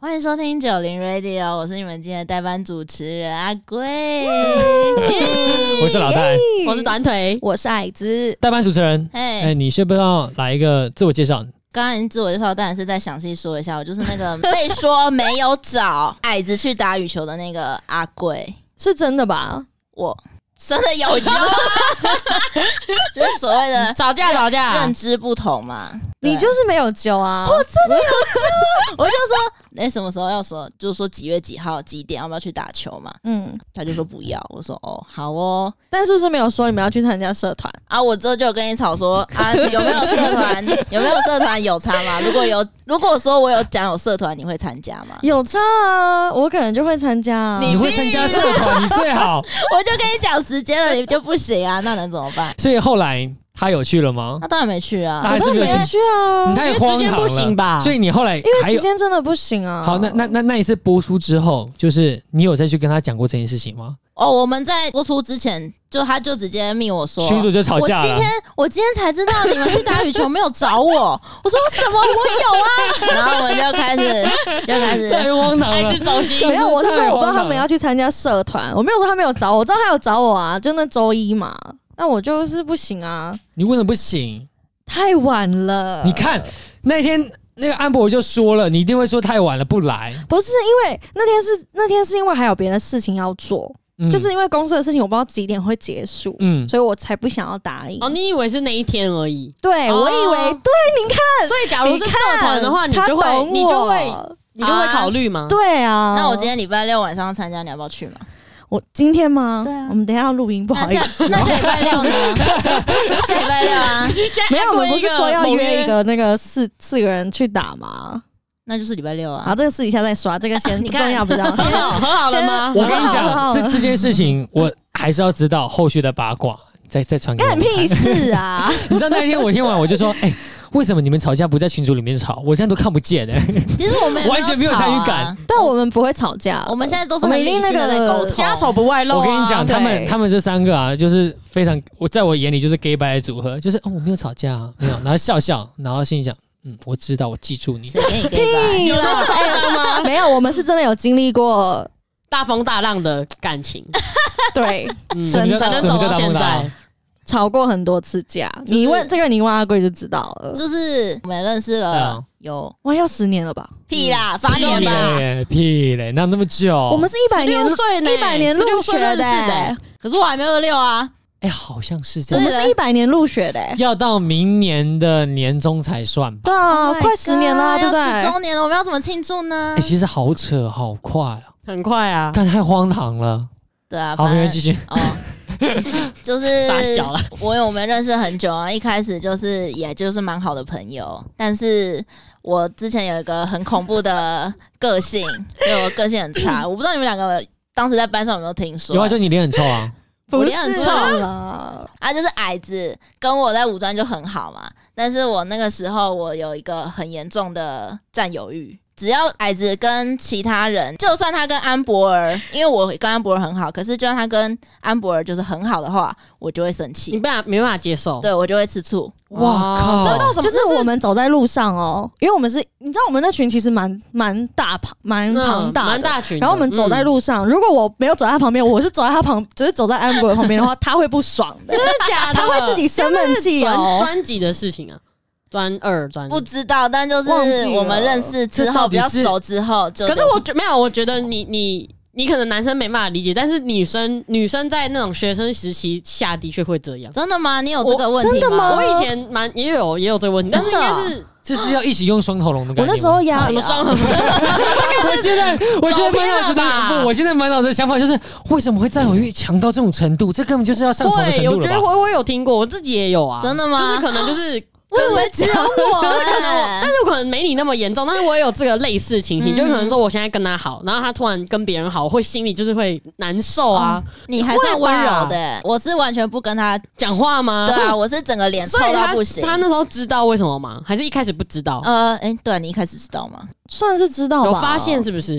欢迎收听90 Radio， 我是你们今天的代班主持人阿贵， 我是老戴， 我是短腿， 我是矮子。 代班主持人。你需不要来一个自我介绍？ 刚刚自我介绍当然是再详细说一下，我就是那个被说没有找矮子去打羽球的那个阿贵， 是真的吧？ 我真的有揪啊，就是所谓的吵架认知不同嘛。 你就是没有揪啊！ 我真的有揪，我就说什么时候要说，就是说几月几号几点要不要去打球嘛？他就说不要，我说哦好哦， 但是不是没有说你们要去参加社团啊？我之后就有跟你吵说啊，有没有社团？有没有社团有差吗？如果说我有讲有社团，你会参加吗？ 有差啊，我可能就会参加啊。 你会参加社团，你最好。 我就跟你讲时间了，你就不行啊，那能怎么办？ 所以后来他有去了吗？ 他当然没去啊， 他还是没有去啊， 你太荒唐了， 因为时间不行吧？ 所以你后来因为时间真的不行啊。 好，那一次播出之后，就是你有再去跟他讲过这件事情吗？ 哦，我们在播出之前，他就直接密我说， 群主就吵架了。 我今天才知道你们去打羽球没有找我，我说什么我有啊，然后我们就开始太荒唐了， 走心。 没有，我是说我不知道他们要去参加社团，我没有说他没有找我，我知道他有找我啊，就那周一嘛。那我就是不行啊！ 你为什么不行？ 太晚了。 你看那天那个安博就说了，你一定会说太晚了不来。 不是因为那天是因为还有别的事情要做，就是因为公司的事情我不知道几点会结束，所以我才不想要答应。 哦，你以为是那一天而已？ 对，我以为对，你看， 所以假如是社团的话，你就会考虑吗？ 对啊。 那我今天礼拜六晚上参加，你要不要去吗？ 我今天吗？ 对啊， 我们等一下要录音，不好意思。 那下礼拜六呢？下礼拜六啊？ 没有，我们不是说要约一个那个四个人去打吗？ 那就是礼拜六啊。 好，这个私底下再刷，这个先不重要，不重要。 和好了吗？ 我跟你讲，这件事情我还是要知道后续的八卦，再传给我。 干屁事啊！ 你知道那一天我听完我就说，为什么你们吵架不在群组里面吵？我现在都看不见其实我们完全没有参与感， 但我们不会吵架。 我们现在都是很理性的在沟通， 家丑不外露。 我跟你讲，他们这三个啊，就是非常在我眼里就是 gay 白的组合，就是我没有吵架啊，没有，然后笑，然后心里想，我知道，我记住你。 谁跟你 gay 白？ 有那么夸张吗？ 没有，我们是真的有经历过大风大浪的感情， 对， 真的才能走到现在。 吵过很多次架，你问阿贵就知道了。 就是我们认识了有要10年了吧？ 屁啦，8年吧？ 屁嘞，哪那么久？ 我们是100年入学的， 可是我还没26啊。 好像是这样。 我们是100年入学的， 要到明年的年中才算吧？ 对啊，快10年了，对不对 ？10周年了，我们要怎么庆祝呢？ 其实好扯，好快啊， 很快啊， 但太荒唐了。 对啊， 好，没人继续。 就是傻小了， 我们认识很久啊，一开始也就是蛮好的朋友，但是我之前有一个很恐怖的个性，因为我个性很差，我不知道你们两个当时在班上有没有听说？ 有啊，就你脸很臭啊， 我脸很臭了啊，就是矮子跟我在五专就很好嘛，但是我那个时候我有一个很严重的占有欲。只要矮子跟其他人，就算他跟安博尔，因为我跟安博尔很好，可是就算他跟安博尔就是很好的话，我就会生气， 你没办法接受， 对我就会吃醋。 哇靠！ 这到什么？ 就是我们走在路上哦，因为我们是，你知道我们那群其实蛮庞大的， 群。 然后我们走在路上，如果我没有走在他旁边，我是走在他旁，只是走在安博尔旁边的话，他会不爽的， 真的假的？ 他会自己生闷气哦。 专辑的事情啊。专不知道，但就是我们认识之后比较熟之后就， 可是我觉得你可能男生没办法理解，但是女生在那种学生时期下的确会这样。 真的吗？你有这个问题吗？ 真的吗？ 我以前也有这个问题，但是应该是。 这是要一起用双头龙的感觉。 我那时候压什么双头龙？ 我现在我现在满脑子的想法就是，为什么会占有欲强到这种程度？这根本就是要上床的程度了吧？ 我觉得我有听过，我自己也有啊。 真的吗？ 就是可能就是。 我以为只有我， 就是可能但是我可能没你那么严重，但是我也有这个类似情形，就可能说我现在跟他好，然后他突然跟别人好，会心里就是会难受啊。 你还算温柔的，我是完全不跟他讲话吗？ 对啊，我是整个脸臭到不行。 他那时候知道为什么吗？还是一开始不知道？ 对，你一开始知道吗？ 算是知道吧， 有发现是不是？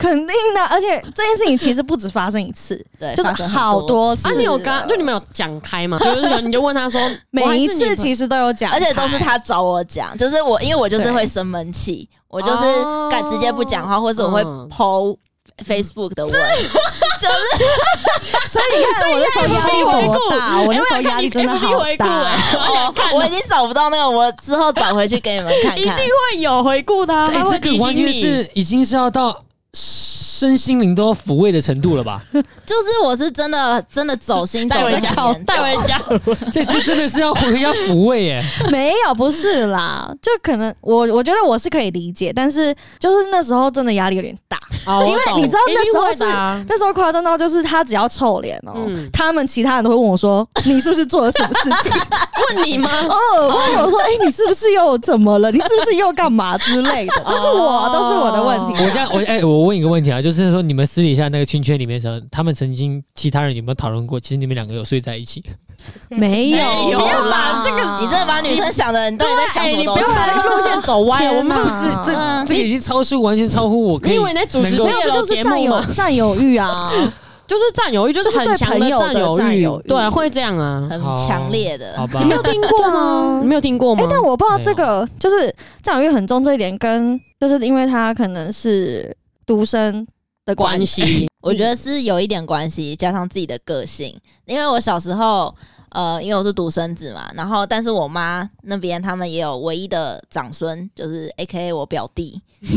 肯定的，而且这件事情其实不止发生一次， 对， 就是好多次。 你有就你们有讲开吗？就是你就问他说， 每一次其实都有讲， 而且都是他找我讲，就是因为我就是会生闷气，我就是敢直接不讲话，或是我会 po Facebook 的文，就是所以你看我那时候压力多大，我那时候压力真的好大。 我已经找不到那个，我之后找回去给你们看看， 一定会有回顾的。 这个完全是已经是要到身心灵都要抚慰的程度了吧？ 就是我是真的走心带回家， 这真的是要回家抚慰耶。 没有，不是啦，就可能我觉得我是可以理解，但是就是那时候真的压力有点大，因为你知道那时候夸张到就是他只要臭脸他们其他人都会问我说你是不是做了什么事情？ 问你吗？ 问我说你是不是又怎么了？你是不是又干嘛之类的？都是我的问题。 我问一个问题啊，就是说你们私底下那个圈圈里面的时候，他们曾经其他人有没有讨论过？其实你们两个有睡在一起？ 没有啦，你真的把女生想的，你到底在想什么东西？ 你不要把那个路线走歪了。我们不是这个已经完全超乎我可以。 你以为你在主持没有，就是占有欲啊。 就是占有欲，就是很强的占有欲，对，会这样啊， 很强烈的。 好吧， 你没有听过吗？你没有听过吗？ 但我不知道这个就是占有欲很重这一点，跟就是因为他可能是独生的关系， 我觉得是有一点关系，加上自己的个性。因为我小时候，因为我是独生子嘛，然后但是我妈那边他们也有唯一的长孙，就是 AKA 我表弟。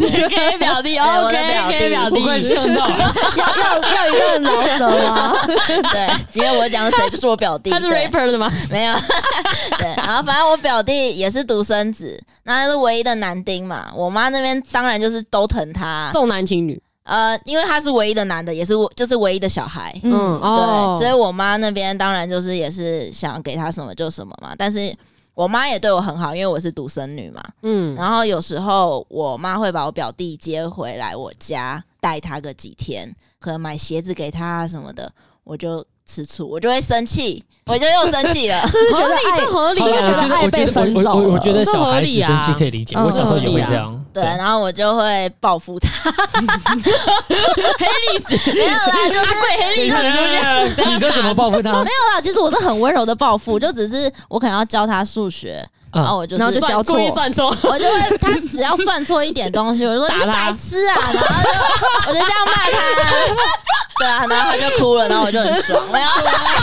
OK 表弟 ，OK 表弟， 我快想到要一个老舌吗？ 对，因为我讲谁就是我表弟， 他是 rapper 的吗？ 没有，对，然后反正我表弟也是独生子，那他是唯一的男丁嘛，我妈那边当然就是都疼他， 重男轻女。 因为他是唯一的男的，也是就是唯一的小孩，对，所以我妈那边当然就是也是想给他什么就什么嘛，但是我妈也对我很好，因为我是独生女嘛，然后有时候我妈会把我表弟接回来我家带他个几天，可能买鞋子给他什么的，我就吃醋，我就会生气，我就又生气了， 是不是觉得这合理？ 我觉得小孩子生气可以理解，我小时候也会这样。 对，然后我就会报复他。 黑历史没有啦，就是黑历史。 你都怎么报复他？ 没有啦，其实我是很温柔的报复，就只是我可能要教他数学，然后我就教错，故意算错， 我就会他只要算错一点东西，我就说你白痴啊，然后我就这样骂他，对啊，然后他就哭了，然后我就很爽，没有。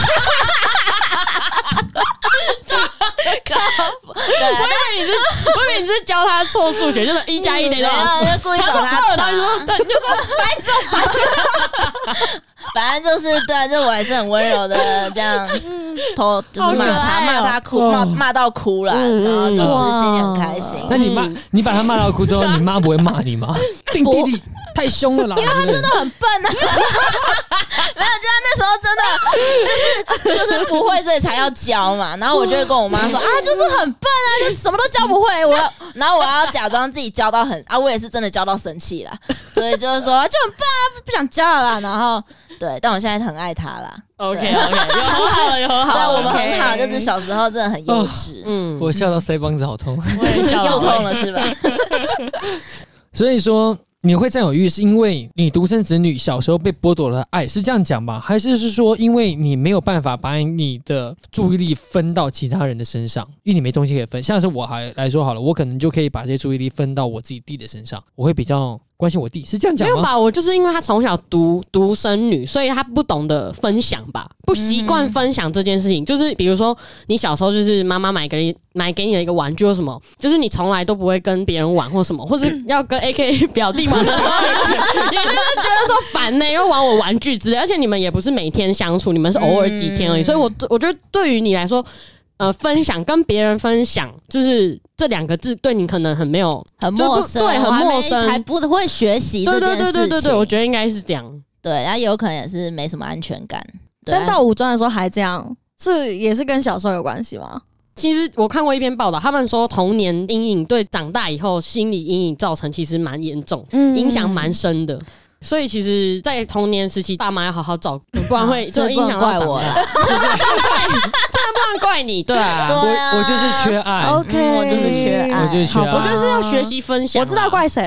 我以为你是教他错数学，就是1+1等于多少， 就故意找他他就说白痴。 反正就是对，就我还是很温柔的这样就是骂他哭，骂到哭了，然后就自己心里很开心。 那你把他骂到哭之后，你妈不会骂你吗？弟弟太凶了啦， 因为他真的很笨啊。没有，就他那时候真的就是不会，所以才要教嘛。然后我就会跟我妈说啊，就是很笨啊，就什么都教不会。然后我要假装自己教到我也是真的教到生气了。所以就是说就很笨啊，不想教了啦。然后对，但我现在很爱他啦。 OK， 有很好了，有很好了。 对，我们很好，就是小时候真的很幼稚。 我笑到腮帮子好痛， 我也笑又痛了是吧？ 所以说。你会占有欲是因为你独生子女小时候被剥夺了爱，是这样讲吧？还是说因为你没有办法把你的注意力分到其他人的身上，因为你没东西可以分？像是我来说好了，我可能就可以把这些注意力分到我自己弟的身上，我会比较关心我弟，是这样讲吗？ 没有吧，我就是因为他从小独生女，所以他不懂得分享吧，不习惯分享这件事情。就是比如说你小时候就是妈妈买给你的一个玩具或什么，就是你从来都不会跟别人玩或什么，或是要跟 AKA 表弟玩的时候，也就是觉得说烦呢，又玩我玩具之类，而且你们也不是每天相处，你们是偶尔几天而已，所以我觉得对于你来说。分享跟别人分享，就是这2个字对你可能很陌生，对，很陌生， 还不会学习这件事情。 对，我觉得应该是这样。 对，然后有可能也是没什么安全感。 但到五专的时候还这样，也是跟小时候有关系吗？ 其实我看过一篇报道，他们说童年阴影对长大以后心理阴影造成其实蛮严重，影响蛮深的。所以其实，在童年时期，爸妈要好好照顾，不然会就影响到我啦。 真的不能怪你，对啊， 我就是缺爱。 OK， 我就是缺爱， 我就是缺爱。 我就是要学习分享。 我知道怪谁了。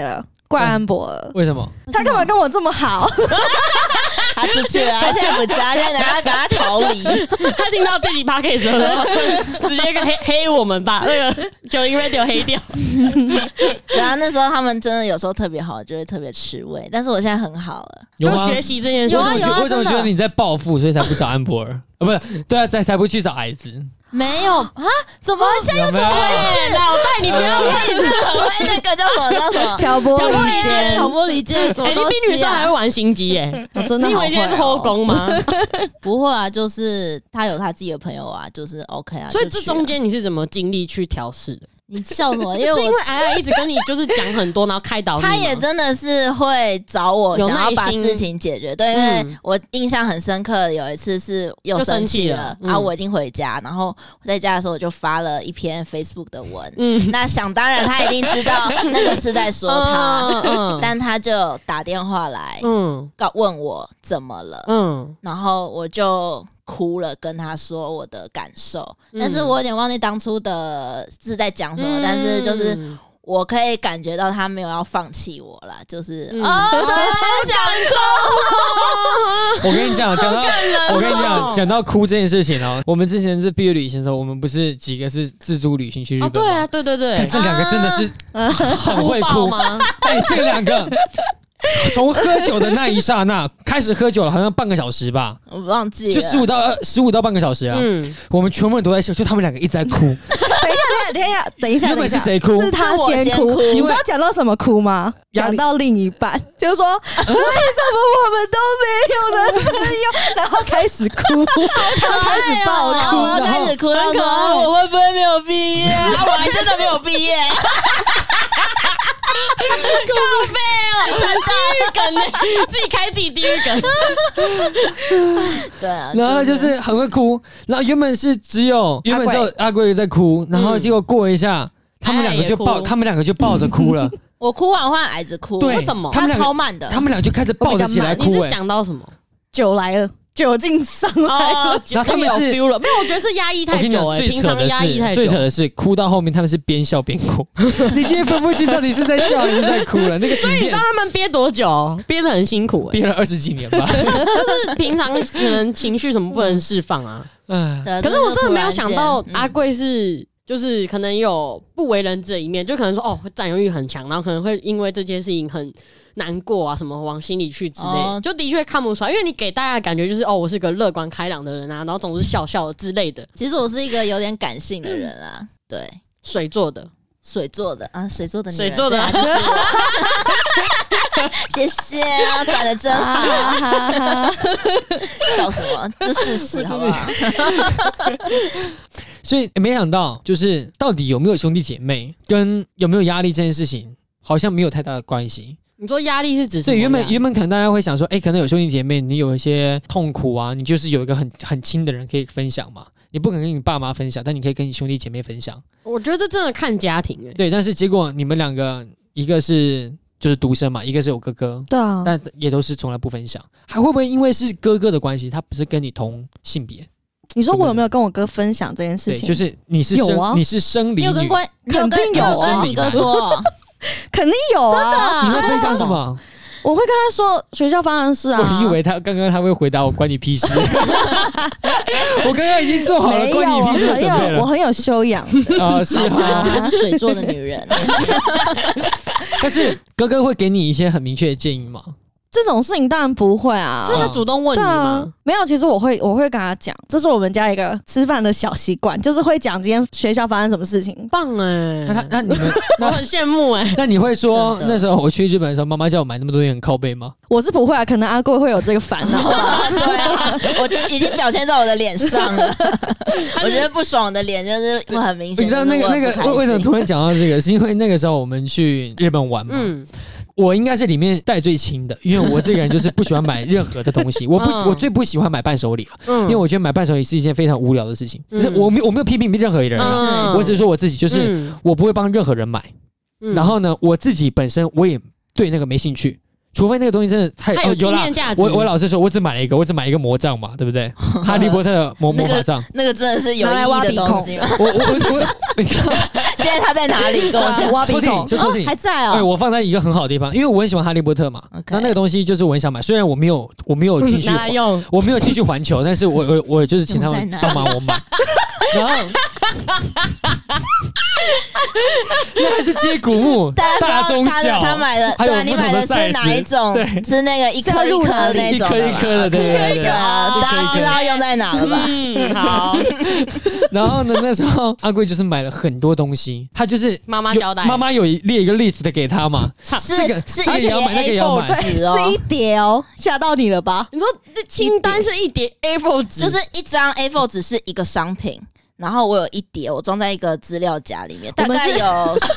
怪安博尔。 为什么？ 他干嘛跟我这么好？ 他出去了，他现在不在，现在等他逃离。 他听到这集 podcast 直接黑我们吧，那个90 Radio 黑掉。 对啊，那时候他们真的有时候特别好，就会特别吃味。但是我现在很好了， 就学习这件事。 我怎么觉得你在报复，所以才不找安博尔？不是，对啊，才不去找矮子。 没有啊？怎么现在又怎么回事？ 老戴，你不要那个叫什么？叫什么？ 挑拨离间， 挑拨离间。 你比女生还会玩心机耶！ 真的， 你以为今天是后宫吗？ 不会啊，就是他有他自己的朋友啊，就是 OK 啊。 所以这中间你是怎么经历去调试的？ 你笑什么？因为是因为矮一直跟你就是讲很多，然后开导你。 他也真的是会找我想要把事情解决。对，因为我印象很深刻，有一次是又生气了，然后我已经回家，然后我在家的时候我就发了一篇 Facebook 的文。那想当然他一定知道那个是在说他，但他就打电话来，问我怎么了，然后我就哭了，跟他说我的感受，但是我有点忘记当初的是在讲什么，但是就是我可以感觉到他没有要放弃我啦，就是对，想哭。我跟你讲，讲到哭这件事情哦，我们之前是毕业旅行的时候，我们不是几个是自助旅行去日本吗？ 对啊，对， 这两个真的是很会哭吗？ 哎，这两个。从喝酒的那一刹那开始喝酒了，好像半个小时吧， 我忘记了， 就15到半个小时啊。我们全部人都在笑，就他们两个一直在哭。 等一下， 原本是谁哭？ 是他先哭。你知道讲到什么哭吗？讲到另一半，就是说为什么我们都没有男朋友，然后开始哭，他开始爆哭， 我开始哭，他说我会不会没有毕业？我还真的没有毕业。 靠背哦，真地狱梗呢，自己开自己地狱梗。 对啊， 然后就是很会哭，然后原本只有阿贵在哭，然后结果过一下，他们两个就抱着哭了。 我哭完换矮子哭，为什么？他超慢的， 他们俩就开始抱着起来哭。 你是想到什么？ 酒来了。酒劲上来了， 然后他们是 feel 了，没有，我觉得是压抑太久哎，平常压抑太久。 最扯的是哭到后面他们是边笑边哭，你今天分不清到底是在笑还是在哭了。那个所以你知道他们憋多久？憋得很辛苦， 憋了20几年吧。 就是平常可能情绪什么不能释放啊。可是我真的没有想到阿贵是。就是可能有不为人知的一面，就可能说占有欲很强，然后可能会因为这件事情很难过啊，什么往心里去之类，就的确看不出来，因为你给大家的感觉就是我是个乐观开朗的人啊，然后总是笑笑的之类的。 其实我是一个有点感性的人啊，对， 水做的水做的啊，水做的女人， 水做的、啊，就是谢谢啊，转的真好，笑什么？这事实好不好？ 所以没想到，就是到底有没有兄弟姐妹，跟有没有压力这件事情，好像没有太大的关系。 你说压力是指什么？ 对，原本可能大家会想说，可能有兄弟姐妹，你有一些痛苦啊，你就是有一个很亲的人可以分享嘛。你不可能跟你爸妈分享，但你可以跟你兄弟姐妹分享。 我觉得这真的看家庭对，但是结果你们两个，一个是就是独生嘛，一个是有哥哥， 对啊， 但也都是从来不分享。还会不会因为是哥哥的关系，他不是跟你同性别？ 你说我有没有跟我哥分享这件事情？ 对，就是你是生理女， 肯定有啊。 你哥说， 肯定有啊。真的？你会分享什么？ 我会跟他说学校发生事啊。 我以为他刚刚会回答我关你屁事。我刚刚已经做好了关你屁事的准备了。 我很有修养啊，是啊， 她是水做的女人。 但是哥哥会给你一些很明确的建议吗？ 这种事情当然不会啊， 是他主动问你吗？ 没有，其实我会跟他讲，这是我们家一个吃饭的小习惯，就是会讲今天学校发生什么事情。 棒那你们我很羡慕那你会说那时候我去日本的时候，妈妈叫我买那么多东西很靠背吗？ 我是不会啊，可能阿贵会有这个烦恼。 对啊，我已经表现在我的脸上了。我觉得不爽的脸就是很明显。 你知道那个为什么突然讲到这个？是因为那个时候我们去日本玩嘛。我应该是里面带最轻的，因为我这个人就是不喜欢买任何的东西。我最不喜欢买伴手礼了，因为我觉得买伴手礼是一件非常无聊的事情。就是我没有批评任何人，我只是说我自己，就是我不会帮任何人买。然后呢，我自己本身我也对那个没兴趣。除非那个东西真的太有纪念价值。 我老实说，我只买了一个魔杖嘛，对不对？哈利波特的魔法杖， 那个真的是有意义的东西吗？ 你看， 现在他在哪里？跟我讲。 抽屉就抽屉还在哦。 对，我放在一个很好的地方，因为我很喜欢哈利波特嘛。那个东西就是我很想买，虽然我没有进去用， 我没有进去环球，但是我就是请他们帮忙我买。然后那还是接骨木，大中小， 他买的，对，你买的是哪一种？是那个一颗一颗的那种， 一颗的，对， 大家知道用在哪了吧？ 好。 然后呢，那时候阿贵就是买了很多东西，他就是妈妈交代， 妈妈有列一个 list 的给他嘛， 是这个也要买，那个也要买， 是一叠哦，吓到你了吧？ 你说清单是一叠 A4 纸， 就是一张 A4 纸是一个商品。然后我有一叠，我装在一个资料夹里面，大概有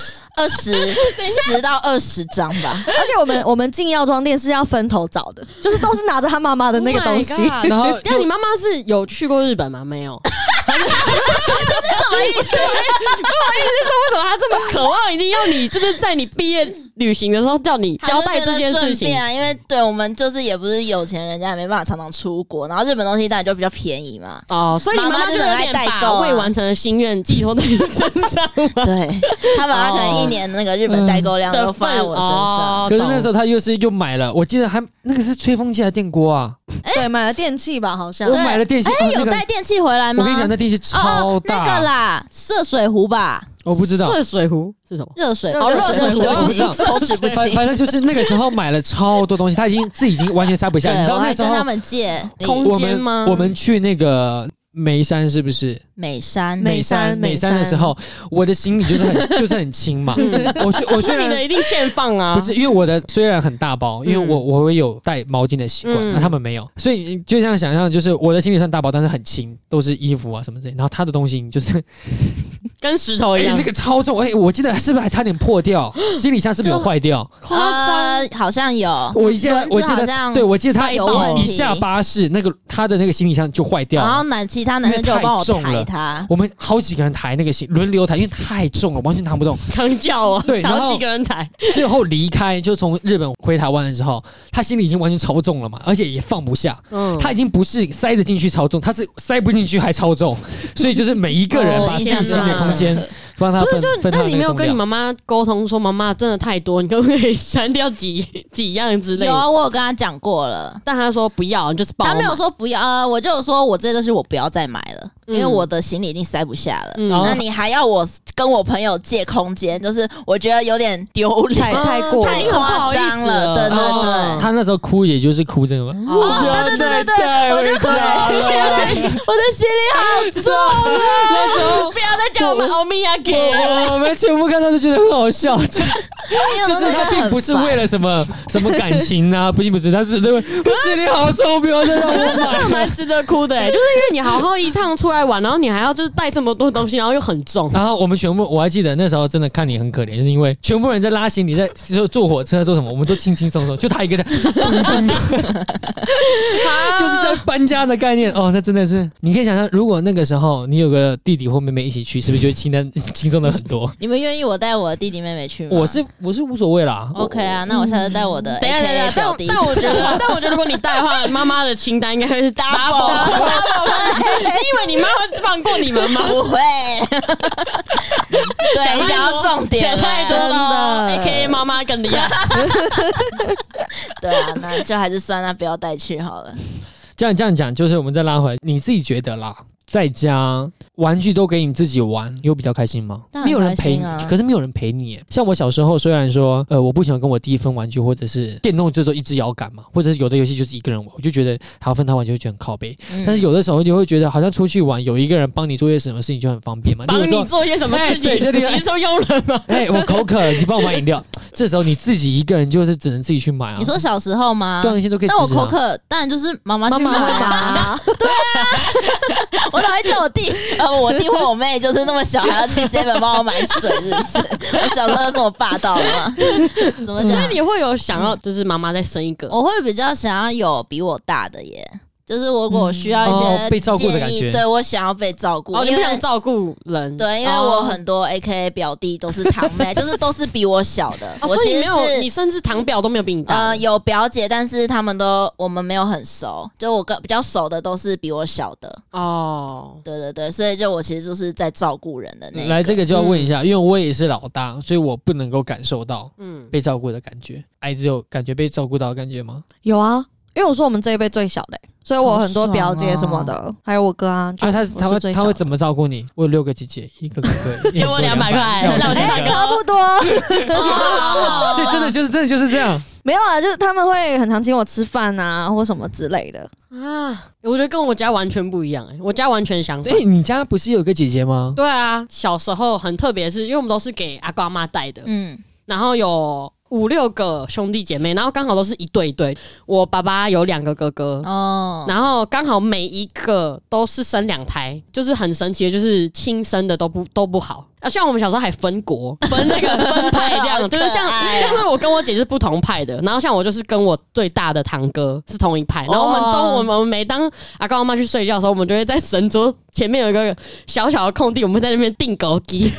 10到20张吧。 而且我们进药妆店是要分头找的，就是都是拿着他妈妈的那个东西。 然后， 你妈妈是有去过日本吗？没有。这是什么意思？我意思是说，为什么他这么渴望，一定要你就是在你毕业旅行的时候叫你交代这件事情啊？因为对我们就是也不是有钱人家，也没办法常常出国，然后日本东西当然就比较便宜嘛。 哦，所以你妈妈就有点把未完成的心愿寄托在你身上。 对，他把他可能一年那个日本代购量都放在我身上。 可是那时候他又买了，我记得还那个是吹风机还是电锅啊？ 对，买了电器吧，好像我买了电器。 有带电器回来吗？ 我跟你讲，那电器超大。 那个啦，热水壶吧。 我不知道热水壶是什么？ 热水壶， 口齿不清。 反正就是那个时候买了超多东西，他自己已经完全塞不下。你知道那时候跟他们借空间吗？ 我们去那个眉山是不是？ 美山的时候，我的行李就是很轻嘛。我虽然你的一定现放啊， 不是因为我的虽然很大包，因为我会有带毛巾的习惯，那他们没有，所以就这样想象，就是我的行李算大包，但是很轻，都是衣服啊什么之类，然后他的东西就是跟石头一样， 那个超重，我记得是不是还差点破掉？行李箱是不是有坏掉？ 夸张， 好像有。 我记得对，我记得他一下巴士那个他的那个行李箱就坏掉， 然后其他男生就帮我抬他， 我们好几个人抬那个轮流抬，因为太重了，完全抬不动， 扛轿啊， 对， 好几个人抬。 最后离开，就从日本回台湾的时候，他行李已经完全超重了嘛，而且也放不下，他已经不是塞得进去超重，他是塞不进去还超重，所以就是每一个人把自己行李空间帮他分。 那你没有跟你妈妈沟通说，妈妈真的太多，你可不可以删掉几样之类的？ 有啊，我有跟他讲过了， 但他说不要，就是他没有说不要，我就有说我这些东西我不要再买了。因为我的行李已经塞不下了，那你还要我跟我朋友借空间，就是我觉得有点丢脸， 太夸张了，对对对。 他那时候哭，也就是哭这个嘛。 对对对对，我就哭，我的行李好重啊！ 那时候不要再叫我们欧米亚给， 我们全部看到都觉得很好笑。就是他并不是为了什么感情啊，不是，他是因为我行李好重，不要再让我买。 这个蛮值得哭的，就是因为你好好一趟出来玩，然后你还要就是带这么多东西，然后又很重。 然后我们全部，我还记得那时候真的看你很可怜，就是因为全部人在拉行李，在坐火车做什么，我们都轻轻松松，就他一个在就是在搬家的概念哦。那真的是，你可以想象，如果那个时候你有个弟弟或妹妹一起去，是不是就轻松的很多？ 你们愿意我带我的弟弟妹妹去吗？ 我是无所谓啦。 OK 啊，那我下次带我的 AKA 表弟。 但我觉得如果你带的话，妈妈的清单应该会是 double。你以为你妈会放过你们吗？ 不会。对，你讲到重点了， 太多了。AKA 妈妈更厉害。 对啊，那就还是算了，不要带去好了。 这样讲，就是我们再拉回来，你自己觉得啦，在家玩具都给你自己玩，有比较开心吗？没有人陪你，可是没有人陪你。像我小时候，虽然说我不喜欢跟我弟分玩具，或者是电动就一只摇杆嘛，或者是有的游戏就是一个人玩，我就觉得还要分他玩就会觉得很靠北。但是有的时候你会觉得好像出去玩有一个人帮你做些什么事情就很方便嘛， 帮你做些什么事情？你说佣人吗？ 我口渴了，你帮我买饮料。这时候你自己一个人就是只能自己去买啊。 你说小时候吗？ 对啊，那些都可以。 那我口渴，当然就是妈妈去买啊。对啊，我哪会叫我弟？我弟或我妹就是那么小，还要去 7-Eleven 帮我买水，是不是？我小时候就这么霸道吗？怎么讲？ 所以你会有想要，就是妈妈再生一个？ 我会比较想要有比我大的耶。 就是如果我需要一些被照顾的感觉， 对我想要被照顾， 你不想照顾人， 对，因为我很多 AKA 表弟都是堂妹，就是都是比我小的。 所以没有，你甚至堂表都没有比你大。 有表姐，但是我们没有很熟，就我比较熟的都是比我小的。对对对，所以就我其实就是在照顾人的那个。 来，这个就要问一下，因为我也是老大，所以我不能够感受到被照顾的感觉。矮子有感觉被照顾到的感觉吗？ 有啊。因为我说我们这一辈最小的，所以我很多表姐什么的，还有我哥啊。 他会怎么照顾你？我有6个姐姐，1个哥哥， 给我200块， 差不多。 所以真的就是这样。 没有啊，就是他们会很常请我吃饭啊，或什么之类的啊。我觉得跟我家完全不一样我家完全相反。 你家不是有个姐姐吗？ 对啊，小时候很特别，是因为我们都是给阿公阿妈带的，然后有5、6个兄弟姐妹，然后刚好都是一对一对。我爸爸有2个哥哥然后刚好每一个都是生2胎，就是很神奇的，就是亲生的都不好。像我们小时候还分国、分那个分派这样，就是像是我跟我姐是不同派的，然后像我就是跟我最大的堂哥是同一派。然后我们每当阿公阿妈去睡觉的时候，我们就会在神桌前面有一个小小的空地，我们在那边订狗鸡。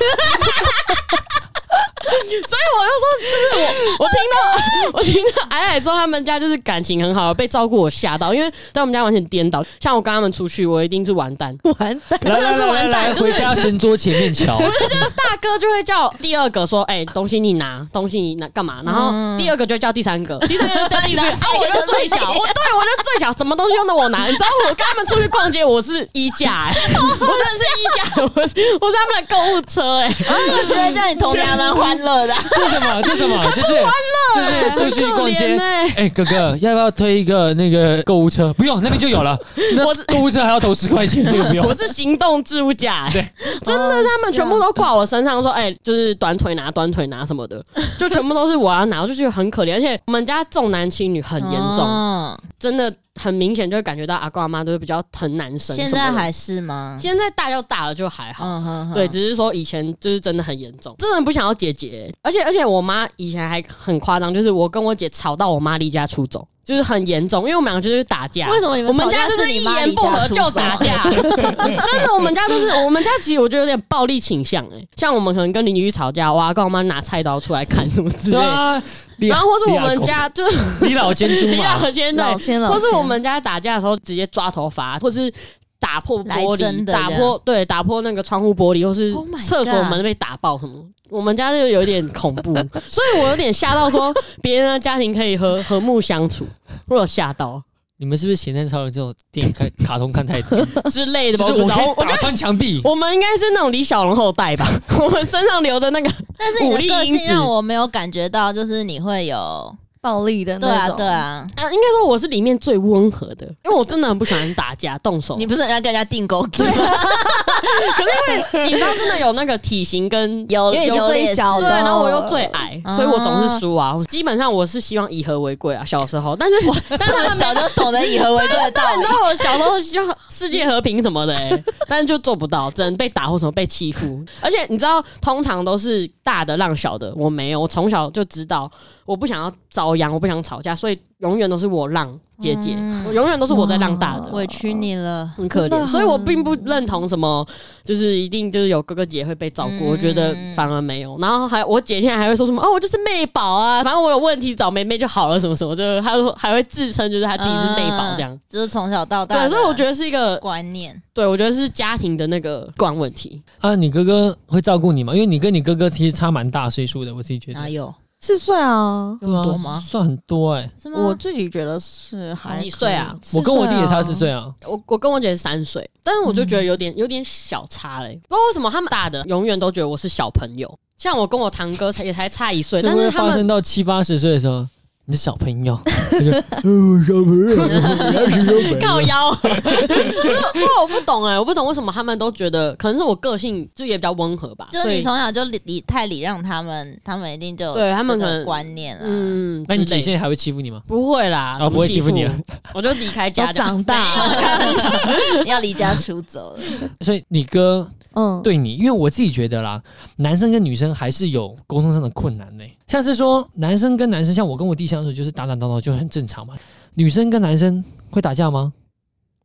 所以我就说，就是我听到矮说他们家就是感情很好，被照顾我吓到，因为在我们家完全颠倒。像我跟他们出去，我一定是完蛋，真的是完蛋。 回家神桌前面瞧， 我就叫大哥就会叫第2个说，东西你拿，东西你拿干嘛？然后第2个就叫第3个，第3个叫第4个，我就最小，我就最小，什么东西用的我拿。你知道我跟他们出去逛街，我是衣架我真的是衣架，我是他们的购物车我觉得这样你童年还蛮欢乐的。 这什么？就是出去逛街。哥哥，要不要推一个那个购物车？不用，那边就有了。购物车还要投10块钱，这个不用。 我是行动置物架，对，真的，他们全部都挂我身上，说就是短腿拿什么的，就全部都是我要拿，我就觉得很可怜。而且我们家重男轻女很严重，真的。很明显就会感觉到阿公阿妈都是比较疼男生。 现在还是吗？ 现在大了就还好，对，只是说以前就是真的很严重，真的不想要姐姐。而且我妈以前还很夸张，就是我跟我姐吵到我妈离家出走，就是很严重，因为我们两个就是打架。 为什么你们我们家就是一言不合就打架？真的，我们家其实我觉得有点暴力倾向像我们可能跟邻居吵架，我阿公我妈拿菜刀出来砍什么之类的。然后或是我们家就是李老监出嘛， 或是我们家打架的时候直接抓头发，或是打破玻璃，打破那个窗户玻璃，或是厕所门被打爆什么。我们家就有点恐怖，所以我有点吓到，说别人的家庭可以和睦相处，我有吓到。 你们是不是咸蛋超人这种电影卡通看太多之类的？ 就是我可以打穿墙壁。 我们应该是那种李小龙后代吧？我们身上留着那个， 但是你的个性让我没有感觉到，就是你会有暴力的那种。 对啊， 应该说我是里面最温和的，因为我真的很不喜欢打架动手。 你不是人家跟人家订狗机吗？ 可是因为你知道，真的有那个体型跟有最小的， 对，然后我又最矮，所以我总是输啊。基本上我是希望以和为贵啊，小时候，但是我小就懂得以和为贵的道理。 你知道我小时候希望世界和平什么的但是就做不到，只能被打或什么被欺负。而且你知道，通常都是大的让小的，我没有，我从小就知道。我不想要遭殃，我不想吵架，所以永远都是我让姐姐，永远都是我在让大的， 委屈你了， 很可怜。所以我并不认同什么，就是一定就是有哥哥姐会被照顾，我觉得反而没有。然后我姐现在还会说什么我就是妹宝啊，反正我有问题找妹妹就好了，什么什么，就她还会自称就是她自己是妹宝这样， 就是从小到大。 对，所以我觉得是一个观念。 对，我觉得是家庭的那个观问题啊。你哥哥会照顾你吗？因为你跟你哥哥其实差蛮大岁数的，我自己觉得。 哪有 ？4岁啊， 有很多吗？ 算很多是吗？ 我自己觉得是还几岁啊？ 我跟我弟也差4岁啊。 我跟我姐是3岁，但是我就觉得有点小差嘞。不知道为什么他们大的永远都觉得我是小朋友，像我跟我堂哥也才差1岁，但是他们发生到70、80岁的时候。你是小朋友，小朋友， 靠腰。我不懂我不懂为什么他们都觉得，可能是我个性就也比较温和吧。 就是你从小就太礼让他们一定就有对他们可能观念了。 那你姐现在还会欺负你吗？ 不会啦， 不会欺负你了。 我就离开家长大， 要离家出走了。 所以你哥对你，因为我自己觉得啦，男生跟女生还是有沟通上的困难像是说男生跟男生，像我跟我弟相处就是打打闹闹就很正常嘛。女生跟男生会打架吗？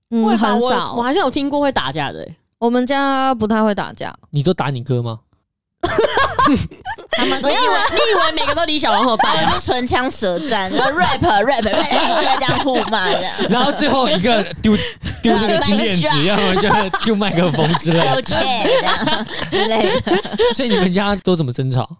很少。 我还是有听过会打架的、 我们家不太会打架。 你都打你哥吗？ 他们都你以为每个都李小龙后代他们是唇枪舌战，然后 rap 这样互骂的， 然后最后一个丢那个金链子，要么就丢麦克风之类的， 丢 chair 之类的。 所以你们家都怎么争吵？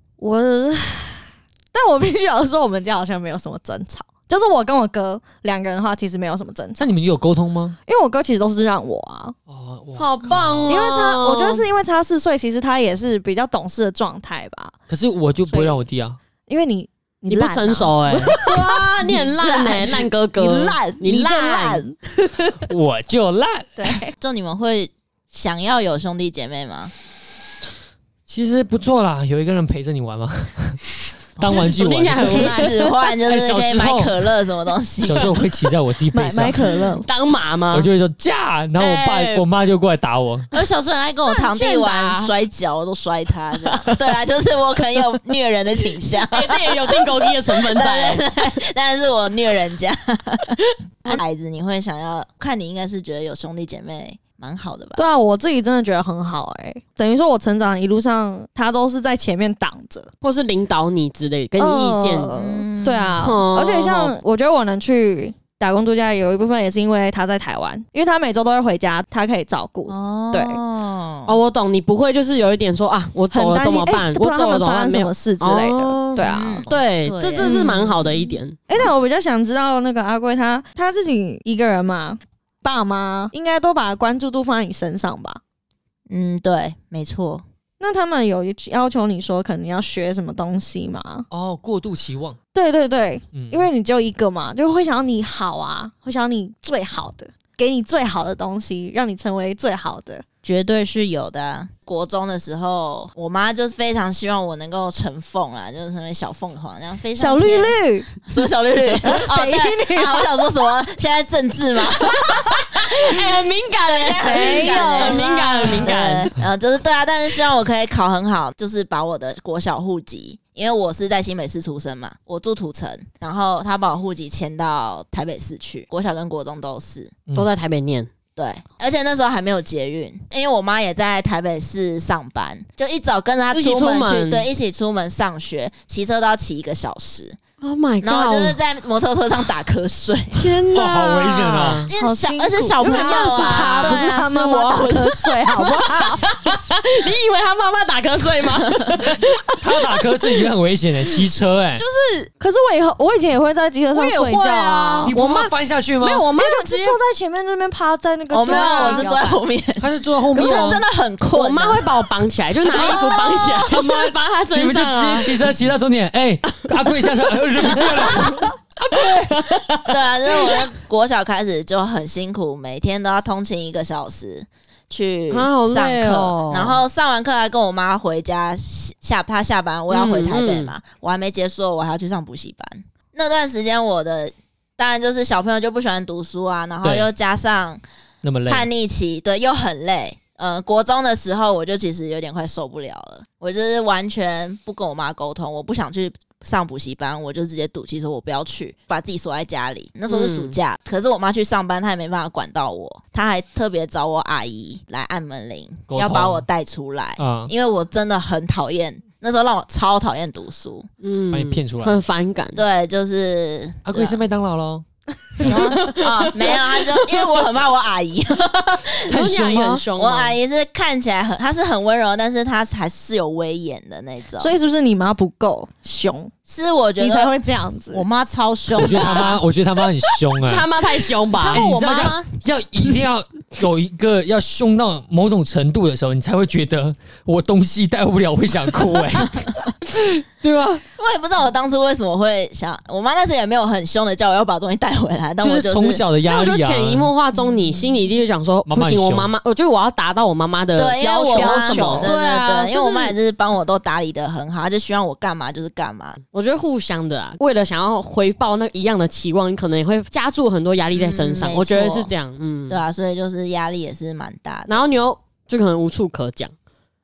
但我必须要说，我们家好像没有什么争吵。就是我跟我哥2个人的话，其实没有什么争吵。 那你们有沟通吗？ 因为我哥其实都是让我啊。 好棒哦！ 因为我觉得是因为差4岁，其实他也是比较懂事的状态吧。 可是我就不会让我弟啊， 因为你不成熟对啊，你很烂烂哥哥， 你烂， 我就烂。 对， 就你们会想要有兄弟姐妹吗？ 其实不错啦，有一个人陪着你玩嘛。当玩具玩， 听起来很可以使唤，就是可以买可乐什么东西。 小时候会骑在我弟背上买可乐当马吗？ 我就会说驾，然后我妈就过来打我。 我小时候很爱跟我堂弟玩摔跤，我都摔他这样。对啊，就是我可能有虐人的倾向， 这也有定狗弟的成分在。 但是我虐人家。孩子，你会想要看？你应该是觉得有兄弟姐妹蛮好的吧？ 对啊，我自己真的觉得很好等于说我成长一路上，他都是在前面挡着， 或是领导你之类，给你意见。 对啊，而且像我觉得我能去打工度假，有一部分也是因为他在台湾，因为他每周都会回家，他可以照顾。对， 我懂，你不会就是有一点说啊，我走了怎么办？ 我走了怎么办？ 没有什么事之类的。对啊， 对，这是蛮好的一点。 那我比较想知道那个阿贵他自己一个人嘛。爸妈应该都把关注度放在你身上吧？ 对，没错。 那他们有要求你说可能要学什么东西吗？ 过度期望。 对对对，因为你只有一个嘛，就会想要你好啊，会想要你最好的，给你最好的东西，让你成为最好的。 绝对是有的。国中的时候，我妈就是非常希望我能够成凤啦，就是成为小凤凰这样飞上小绿绿， 什么小绿绿？对，我想说什么？现在政治吗？ 很敏感没有， 很敏感。 就是对啊，但是希望我可以考很好，就是把我的国小户籍。因为我是在新北市出生嘛，我住土城，然后他把我户籍迁到台北市去，国小跟国中都在台北念。 对，而且那时候还没有捷运，因为我妈也在台北市上班，就一早跟着她出门去，对，一起出门上学，骑车都要骑1个小时。 Oh my god！ 然后就是在摩托车上打瞌睡。 天哪， 好危险啊！ 而且小朋友啊，不是他妈妈打瞌睡，好不好？ 你以为他妈妈打瞌睡吗？ 他打瞌睡已经很危险了，骑车就是， 可是我以前也会在机车上睡觉啊。 你不怕翻下去吗？ 没有，我妈就直接坐在前面那边趴在那个。 没有，我是坐在后面。 他是坐在后面， 可是真的很困。 我妈会把我绑起来，就拿衣服绑起来，他妈绑他身上。 你们就直接骑车骑到终点，阿贵下车，人不见了。 对啊，就是我的国小开始就很辛苦，每天都要通勤1个小时去上课，然后上完课还跟我妈回家，她下班我要回台北嘛，我还没结束，我还要去上补习班。那段时间我的当然就是小朋友就不喜欢读书啊，然后又加上那么累叛逆期，对，又很累。国中的时候我就其实有点快受不了了，我就是完全不跟我妈沟通，我不想去上补习班，我就直接赌气说我不要去，把自己锁在家里。那时候是暑假，可是我妈去上班，她也没办法管到我，她还特别找我阿姨来按门铃，要把我带出来，因为我真的很讨厌，那时候让我超讨厌读书， 把你骗出来， 很反感。 对，就是阿贵是麦当劳咯。 没有，他就因为我很怕我阿姨， 很凶。 我阿姨是看起来她是很温柔，但是她还是有威严的那种。 所以是不是你妈不够凶？ 是我觉得你才会这样子。 我妈超凶， 我觉得他妈很凶他妈太凶吧？ 我妈一定要有一个要凶到某种程度的时候，你才会觉得我东西带不了，我会想哭对吧？ 我也不知道我当初为什么会想，我妈那时也没有很凶的叫我要把东西带回来，但我就是从小的压力啊。 就潜移默化中，你心里一定会想说，不行，我妈妈，我觉得我要达到我妈妈的要求什么？ 对，因为我妈也是帮我都打理得很好，她就希望我干嘛就是干嘛。 我觉得互相的啊，为了想要回报那一样的期望，你可能也会加注很多压力在身上。我觉得是这样， 对啊，所以就是压力也是蛮大的。 然后你又就可能无处可讲。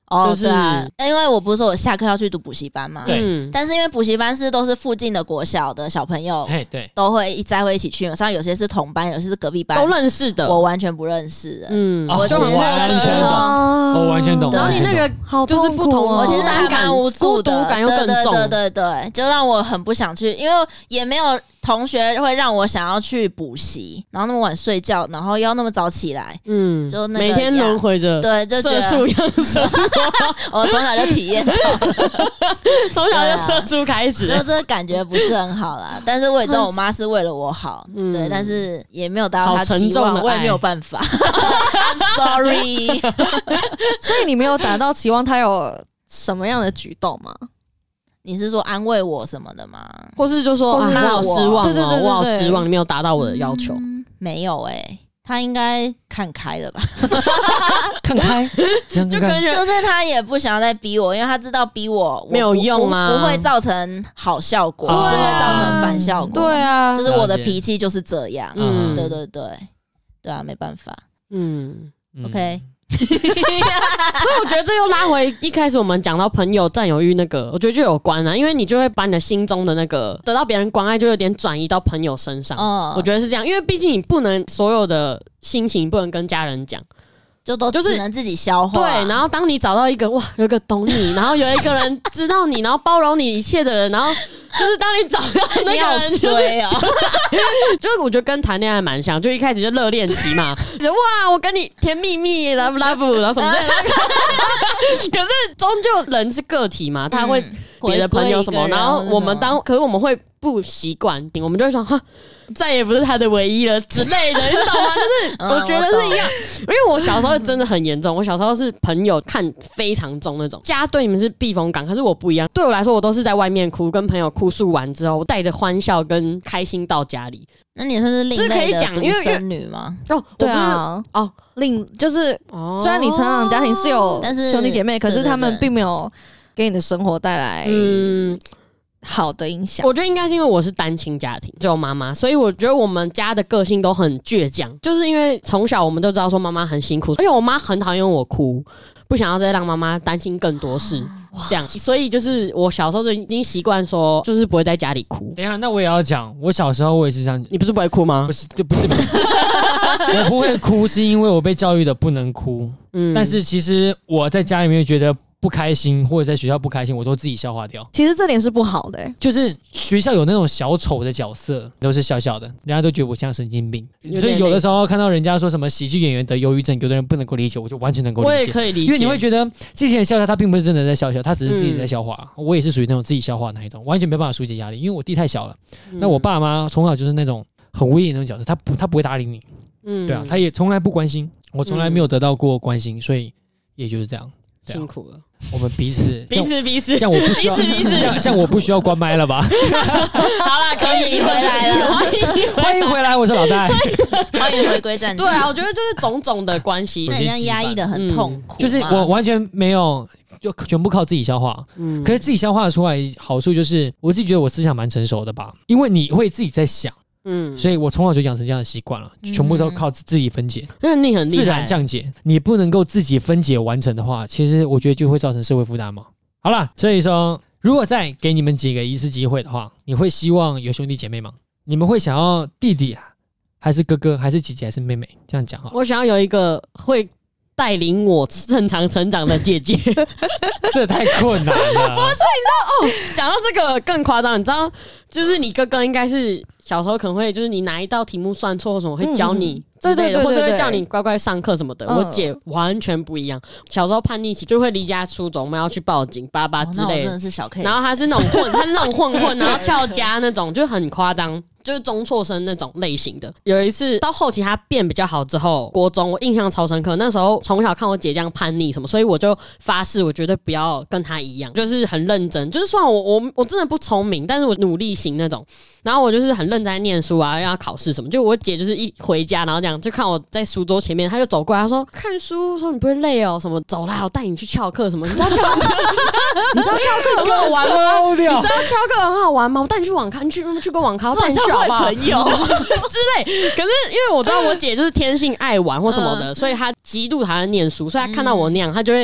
就是对啊，因为我不是说我下课要去读补习班嘛， 对但是因为补习班都是附近的国小的小朋友， 对， 都会一起去嘛，像有些是同班，有些是隔壁班， 都认识的， 我完全不认识的， 我就完全懂，我完全懂。 然后你那个就是不同， 我其实还蛮无助的， 孤独感又更重， 对，就让我很不想去，因为也没有同学会让我想要去补习，然后那么晚睡觉，然后要那么早起来，就那个每天轮回着， 对，就社畜样生活。 我从小就体验到， 从小就社畜开始， 就这个感觉不是很好啦。但是我也知道我妈是为了我好，对，但是也没有达到她期望，我也没有办法。I'm sorry。 所以你没有达到期望，她有什么样的举动吗？ 你是说安慰我什么的吗？ 或是就说我好失望哦，我好失望，你没有达到我的要求。 没有他应该看开了吧？ 看开， 就是他也不想要再逼我，因为他知道逼我没有用啊， 不会造成好效果，是会造成反效果。 对啊， 就是我的脾气就是这样。对啊，没办法。OK。 所以我觉得这又拉回一开始我们讲到朋友占有欲那个，我觉得就有关啊，因为你就会把你的心中的那个得到别人关爱，就有点转移到朋友身上。我觉得是这样，因为毕竟你不能所有的心情不能跟家人讲， 就是只能自己消化。 对，然后当你找到一个有一个懂你，然后有一个人知道你，然后包容你一切的人，然后就是当你找到那个人，就是我觉得跟谈恋爱蛮像，就一开始就热恋期嘛，哇，我跟你甜蜜蜜 love love， 然后什么之类的。可是终究人是个体嘛，他会别的朋友什么，然后可是我们会不习惯，我们就会说哈。再也不是他的唯一了之类的，你懂吗？就是我觉得是一样，因为我小时候真的很严重，我小时候是朋友看非常重那种，家对你们是避风港，可是我不一样，对我来说我都是在外面哭，跟朋友哭诉完之后，我带着欢笑跟开心到家里。 那你算是另类的独生女吗？ 对啊，就是虽然你成长家庭是有兄弟姐妹，可是他们并没有给你的生活带来好的影响。 我觉得应该是因为我是单亲家庭，只有妈妈，所以我觉得我们家的个性都很倔强，就是因为从小我们都知道说妈妈很辛苦，而且我妈很讨厌我哭，不想要再让妈妈担心更多事，这样，所以就是我小时候就已经习惯说，就是不会在家里哭。 等一下，那我也要讲，我小时候我也是这样。 你不是不会哭吗？ 不是，我不会哭，是因为我被教育的不能哭。但是其实我在家里面觉得不开心，或者在学校不开心，我都自己消化掉。 其实这点是不好的就是学校有那种小丑的角色，都是小小的，人家都觉得我像神经病。所以有的时候看到人家说什么喜剧演员得忧郁症，有的人不能够理解，我就完全能够理解。 我也可以理解， 因为你会觉得这些人笑他并不是真的在笑，他只是自己在消化。我也是属于那种自己消化的那一种，完全没办法疏解压力。因为我弟太小了，那我爸妈从小就是那种很威严的那种角色，他不会搭理你，对啊，他也从来不关心，我从来没有得到过关心，所以也就是这样。 辛苦了， 我们彼此， 这样我不需要，这样我不需要关麦了吧？ 好了，可以回来了， 欢迎回来，我是老戴， 欢迎回归战场。 对啊，我觉得就是种种的关系， 那像压抑的很痛苦， 就是我完全没有，就全部靠自己消化。可是自己消化出来好处就是，我自己觉得我思想蛮成熟的吧，因为你会自己在想。所以我从小就养成这样的习惯了，全部都靠自己分解。 那你很厉害， 自然降解。你不能够自己分解完成的话，其实我觉得就会造成社会负担嘛。好了，所以说，如果再给你们几个一次机会的话，你会希望有兄弟姐妹吗？你们会想要弟弟啊，还是哥哥，还是姐姐，还是妹妹？这样讲哈。 我想要有一个会带领我正常成长的姐姐， 这太困难了。不是， 你知道想到这个更夸张，你知道，就是你哥哥应该是小时候可能会，就是你哪一道题目算错或什么，会教你之类的，或者会叫你乖乖上课什么的。我姐完全不一样，小时候叛逆期就会离家出走，我们要去报警、爸爸之类的。 真的是小 case。 然后他是那种混，然后翘家那种，就很夸张。就是中辍生那种类型的。有一次到后期他变比较好之后，国中我印象超深刻。那时候从小看我姐这样叛逆什么，所以我就发誓我绝对不要跟她一样，就是很认真。就是虽然我真的不聪明，但是我努力型那种。然后我就是很认真在念书啊，要考试什么。就我姐就是一回家，然后这样就看我在书桌前面，她就走过来，她说看书，说你不会累哦，什么走啦，我带你去翘课什么。你知道翘课很好玩吗？你知道翘课很好玩吗？我带你去网咖，你去过网咖，我带你去好不好？ 朋友之类。可是因为我知道我姐就是天性爱玩或什么的，所以她极度讨厌念书，所以她看到我那样，她就会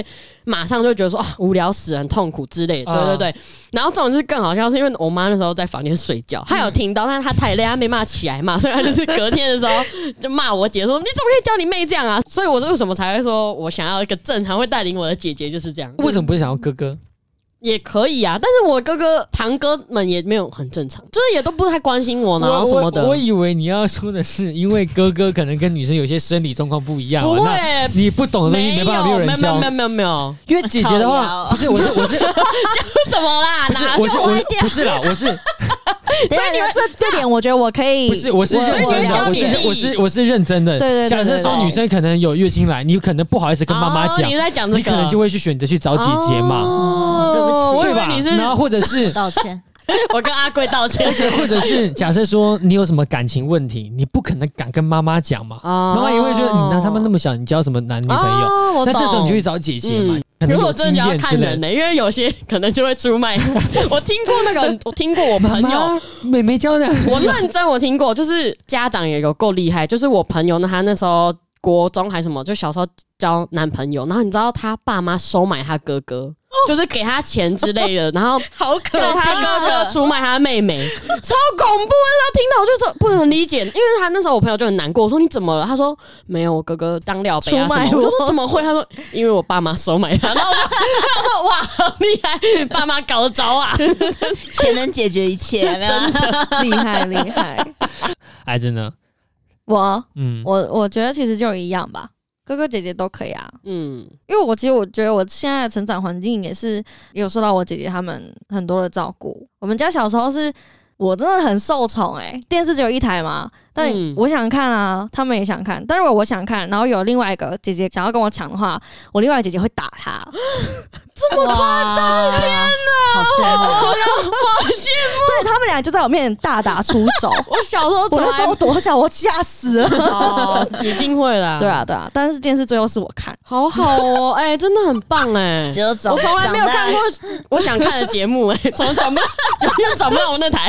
马上就觉得说无聊死很痛苦之类的，对对对。然后这种就是更好笑，是因为我妈那时候在房间睡觉，她有听到，但是她太累，她没办法起来嘛，所以她就是隔天的时候就骂我姐说：“你怎么可以教你妹这样啊？”所以我为什么才会说我想要一个正常会带领我的姐姐就是这样？ 为什么不是想要哥哥？ 也可以啊，但是我哥哥堂哥们也没有很正常，就是也都不太关心我，然后什么的。 我以为你要说的是，因为哥哥可能跟女生有些生理状况不一样， 不会， 你不懂的东西没办法，没有人教。 没有， 因为姐姐的话，不是我是讲什么啦？ 不是啦，我是。 所以你这点，我觉得我可以， 不是，我是认真的，我是认真的。 对。 假设说女生可能有月经来，你可能不好意思跟妈妈讲， 你在讲这个， 你可能就会去选择去找姐姐嘛。 对不起， 对吧？然后或者是道歉。 我跟阿贵道歉， 或者是假设说你有什么感情问题，你不可能敢跟妈妈讲嘛，妈妈也会说你他们那么小，你交什么男女朋友？那这时候你就去找姐姐嘛。 如果真的要看人呢，因为有些可能就会出卖。我听过那个，我听过我朋友妹妹教的， 我认真我听过，就是家长也有够厉害，就是我朋友呢，他那时候国中还什么，就小时候交男朋友，然后你知道他爸妈收买他哥哥。就是给他钱之类的，然后好可怕，他哥哥出卖他妹妹，超恐怖！那时候听到我就说不能理解，因为他那时候我朋友就很难过，我说你怎么了？他说没有，我哥哥当料杯啊什么。我就说怎么会？他说因为我爸妈收买他。然后他说哇，好厉害，爸妈搞得着啊！ 钱能解决一切， 真的厉害厉害。 哎，真的， 我觉得其实就一样吧。哥哥姐姐都可以啊，因为我觉得我现在的成长环境也是有受到我姐姐他们很多的照顾。我们家小时候是我真的很受宠电视只有一台嘛，但我想看啊，他们也想看，但如果我想看，然后有另外一个姐姐想要跟我抢的话，我另外一个姐姐会打她。 这么夸张！天哪， 好羡慕， 好羡慕！ 对，他们俩就在我面前大打出手。 我小时候， 我那时候多小，我吓死了。 哦，一定会啦。 对啊，但是电视最后是我看， 好好哦，真的很棒我从来没有看过我想看的节目从转不到我那台。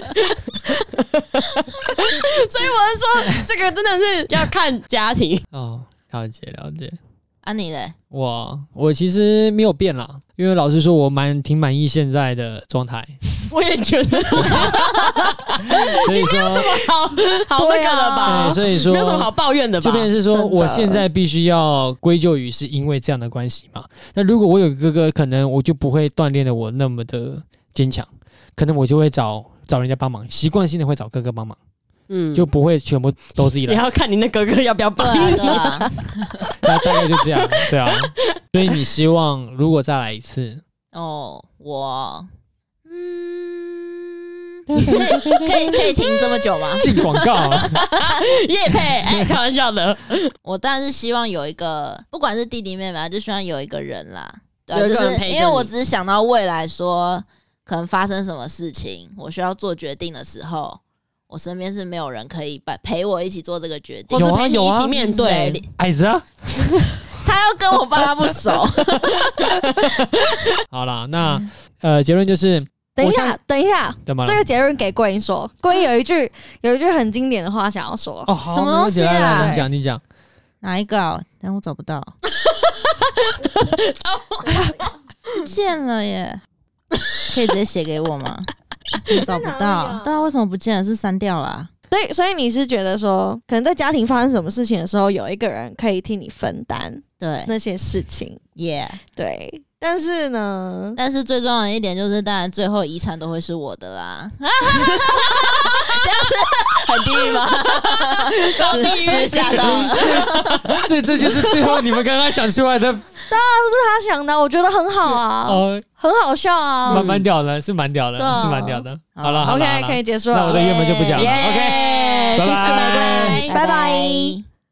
所以我是说，这个真的是要看家庭哦。了解。 啊，你嘞？ 我其实没有变啦，因为老实说，我挺满意现在的状态。 我也觉得， 所以说没有什么好那个的吧？ 所以说没有什么好抱怨的吧？ 就变成是说，我现在必须要归咎于是因为这样的关系嘛。那如果我有个哥哥，可能我就不会锻炼的我那么的坚强，可能我就会找人家帮忙，习惯性的会找哥哥帮忙。就不会全部都自己来。 你要看你那哥哥要不要帮你。 对啊， 那大概就这样，对啊。所以你希望如果再来一次？ 我可以停这么久吗？ 进广告， 业配，开玩笑的。 我当然是希望有一个，不管是弟弟妹妹，就希望有一个人啦，对， 有一个人陪着你。 因为我只是想到未来说，可能发生什么事情，我需要做决定的时候。我身边是没有人可以陪我一起做这个决定， 或是陪你一起面对。 矮子啊， 他要跟我爸妈不熟。 好啦，那结论就是， 等一下， 怎么了？ 这个结论给桂英说。桂英有一句很经典的话想要说。 什么东西啊？ 你讲。 哪一个？但我找不到。不见了耶！可以直接写给我吗？我找不到。对啊，为什么不见了？是删掉了啊？ 对，所以你是觉得说，可能在家庭发生什么事情的时候，有一个人可以替你分担那些事情。对。但是最重要的一点就是，当然最后遗产都会是我的啦。这样子很地狱吗？ 高地狱吓到了。 所以这就是最后你们刚刚想出来的。 当然是他想的，我觉得很好啊，很好笑啊， 蛮屌的，是蛮屌的，是蛮屌的。好了 ，OK， 可以结束了。 那我的原本就不讲了。OK， 谢谢，拜拜。